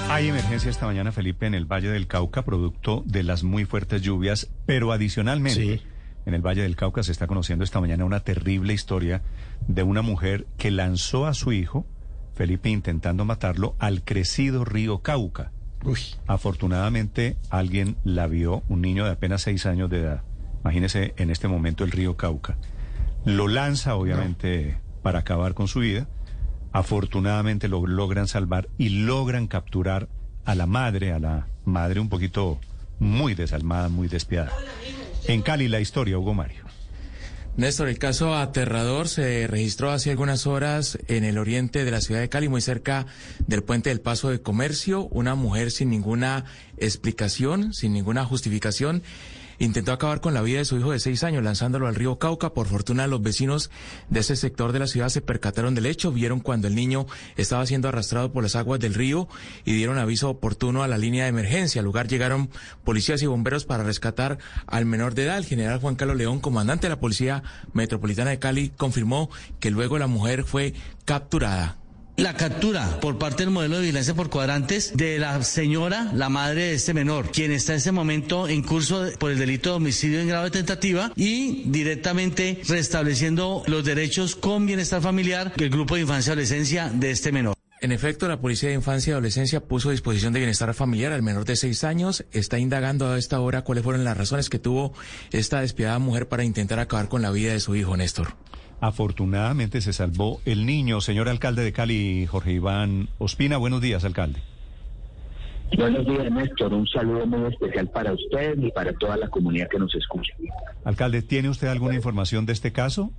Hay emergencia esta mañana, Felipe, en el Valle del Cauca, producto de las muy fuertes lluvias, pero adicionalmente, en el Valle del Cauca se está conociendo esta mañana una terrible historia de una mujer que lanzó a su hijo, Felipe, intentando matarlo, al crecido río Cauca. Afortunadamente, alguien la vio, un niño de apenas 6 años de edad. Imagínese en este momento el río Cauca. Lo lanza, obviamente, para acabar con su vida. Afortunadamente lo logran salvar y logran capturar a la madre un poquito muy desalmada, muy despiadada. En Cali la historia, Hugo Mario. Néstor, el caso aterrador se registró hace algunas horas en el oriente de la ciudad de Cali, muy cerca del puente del Paso de Comercio. Una mujer sin ninguna explicación, sin ninguna justificación, intentó acabar con la vida de su hijo de 6 años lanzándolo al río Cauca. Por fortuna, los vecinos de ese sector de la ciudad se percataron del hecho, vieron cuando el niño estaba siendo arrastrado por las aguas del río y dieron aviso oportuno a la línea de emergencia. Al lugar llegaron policías y bomberos para rescatar al menor de edad. El general Juan Carlos León, comandante de la Policía Metropolitana de Cali, confirmó que luego la mujer fue capturada. La captura por parte del modelo de vigilancia por cuadrantes de la señora, la madre de este menor, quien está en este momento en curso por el delito de homicidio en grado de tentativa y directamente restableciendo los derechos con bienestar familiar del grupo de infancia y adolescencia de este menor. En efecto, la Policía de Infancia y Adolescencia puso a disposición de bienestar familiar al menor de 6 años. Está indagando a esta hora cuáles fueron las razones que tuvo esta despiadada mujer para intentar acabar con la vida de su hijo, Néstor. Afortunadamente se salvó el niño. Señor alcalde de Cali, Jorge Iván Ospina, buenos días, alcalde. Buenos días, Néstor. Un saludo muy especial para usted y para toda la comunidad que nos escucha. Alcalde, ¿tiene usted alguna información de este caso?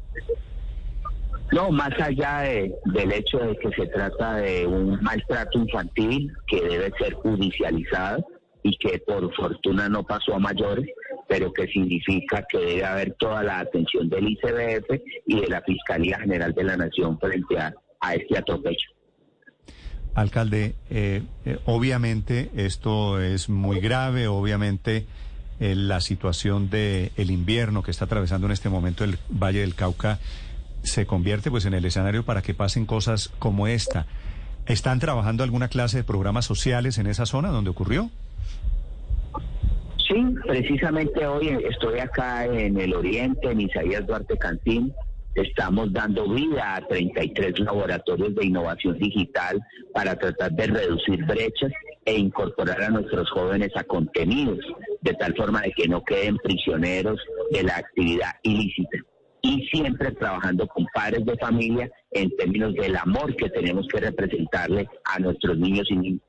No, más allá del hecho de que se trata de un maltrato infantil que debe ser judicializado y que por fortuna no pasó a mayores, pero que significa que debe haber toda la atención del ICBF y de la Fiscalía General de la Nación frente a este atropello. Alcalde, obviamente esto es muy grave, obviamente la situación del invierno que está atravesando en este momento el Valle del Cauca se convierte pues en el escenario para que pasen cosas como esta. ¿Están trabajando alguna clase de programas sociales en esa zona donde ocurrió? Sí, precisamente hoy estoy acá en el oriente, en Isaías Duarte Cantín. Estamos dando vida a 33 laboratorios de innovación digital para tratar de reducir brechas e incorporar a nuestros jóvenes a contenidos, de tal forma de que no queden prisioneros de la actividad ilícita. Y siempre trabajando con padres de familia en términos del amor que tenemos que representarle a nuestros niños y niñas.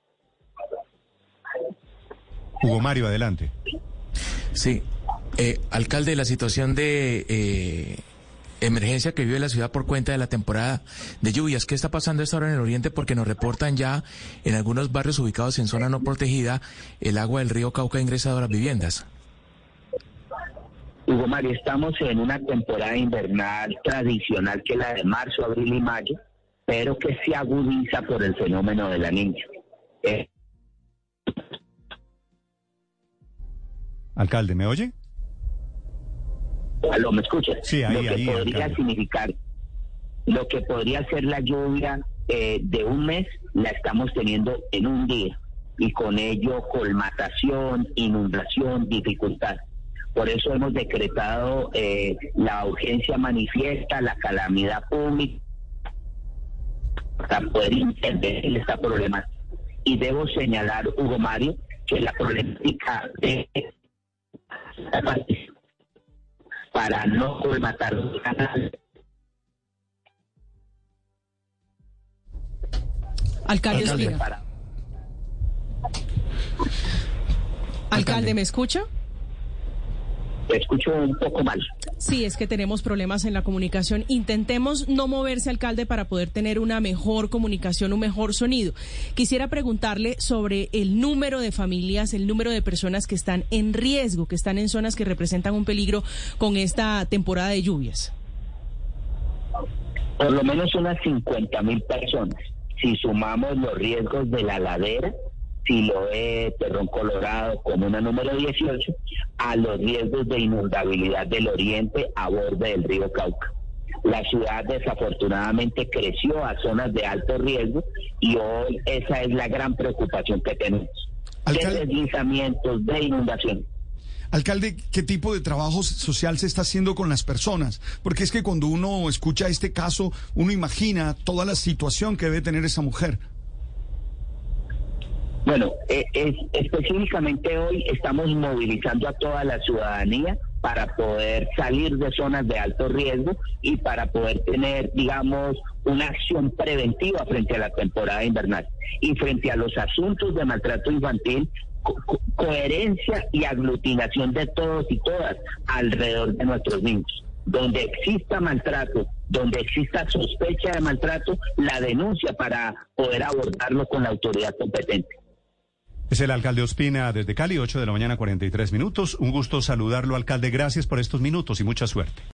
Hugo Mario, adelante. Sí, alcalde, la situación de emergencia que vive la ciudad por cuenta de la temporada de lluvias. ¿Qué está pasando a esta hora en el oriente? Porque nos reportan ya en algunos barrios ubicados en zona no protegida, el agua del río Cauca ha ingresado a las viviendas. Hugo Mario, estamos en una temporada invernal tradicional que es la de marzo, abril y mayo, pero que se agudiza por el fenómeno de la Niña. Alcalde, ¿me oye? ¿Aló, me escucha? Sí, ahí, podría alcalde. significar, lo que podría ser la lluvia de un mes, la estamos teniendo en un día, y con ello colmatación, inundación, dificultad. Por eso hemos decretado la urgencia manifiesta, la calamidad pública, para poder entender esta problemática. Y debo señalar, Hugo Mario, que la problemática de para no colmatar los canales. Alcalde, Alcalde, ¿me escucha? Te escucho un poco mal. Sí, es que tenemos problemas en la comunicación. Intentemos no moverse, alcalde, para poder tener una mejor comunicación, un mejor sonido. Quisiera preguntarle sobre el número de familias, el número de personas que están en riesgo, que están en zonas que representan un peligro con esta temporada de lluvias. Por lo menos unas 50,000 personas. Si sumamos los riesgos de la ladera, Siloé, Terrón Colorado, comuna número 18, a los riesgos de inundabilidad del oriente a borde del río Cauca. La ciudad desafortunadamente creció a zonas de alto riesgo y hoy esa es la gran preocupación que tenemos. De deslizamientos, de inundación. Alcalde, ¿qué tipo de trabajo social se está haciendo con las personas? Porque es que cuando uno escucha este caso, uno imagina toda la situación que debe tener esa mujer. Bueno, específicamente hoy estamos movilizando a toda la ciudadanía para poder salir de zonas de alto riesgo y para poder tener, digamos, una acción preventiva frente a la temporada invernal. Y frente a los asuntos de maltrato infantil, coherencia y aglutinación de todos y todas alrededor de nuestros niños. Donde exista maltrato, donde exista sospecha de maltrato, la denuncia para poder abordarlo con la autoridad competente. Es el alcalde Ospina desde Cali, 8 de la mañana, 43 minutos. Un gusto saludarlo, alcalde. Gracias por estos minutos y mucha suerte.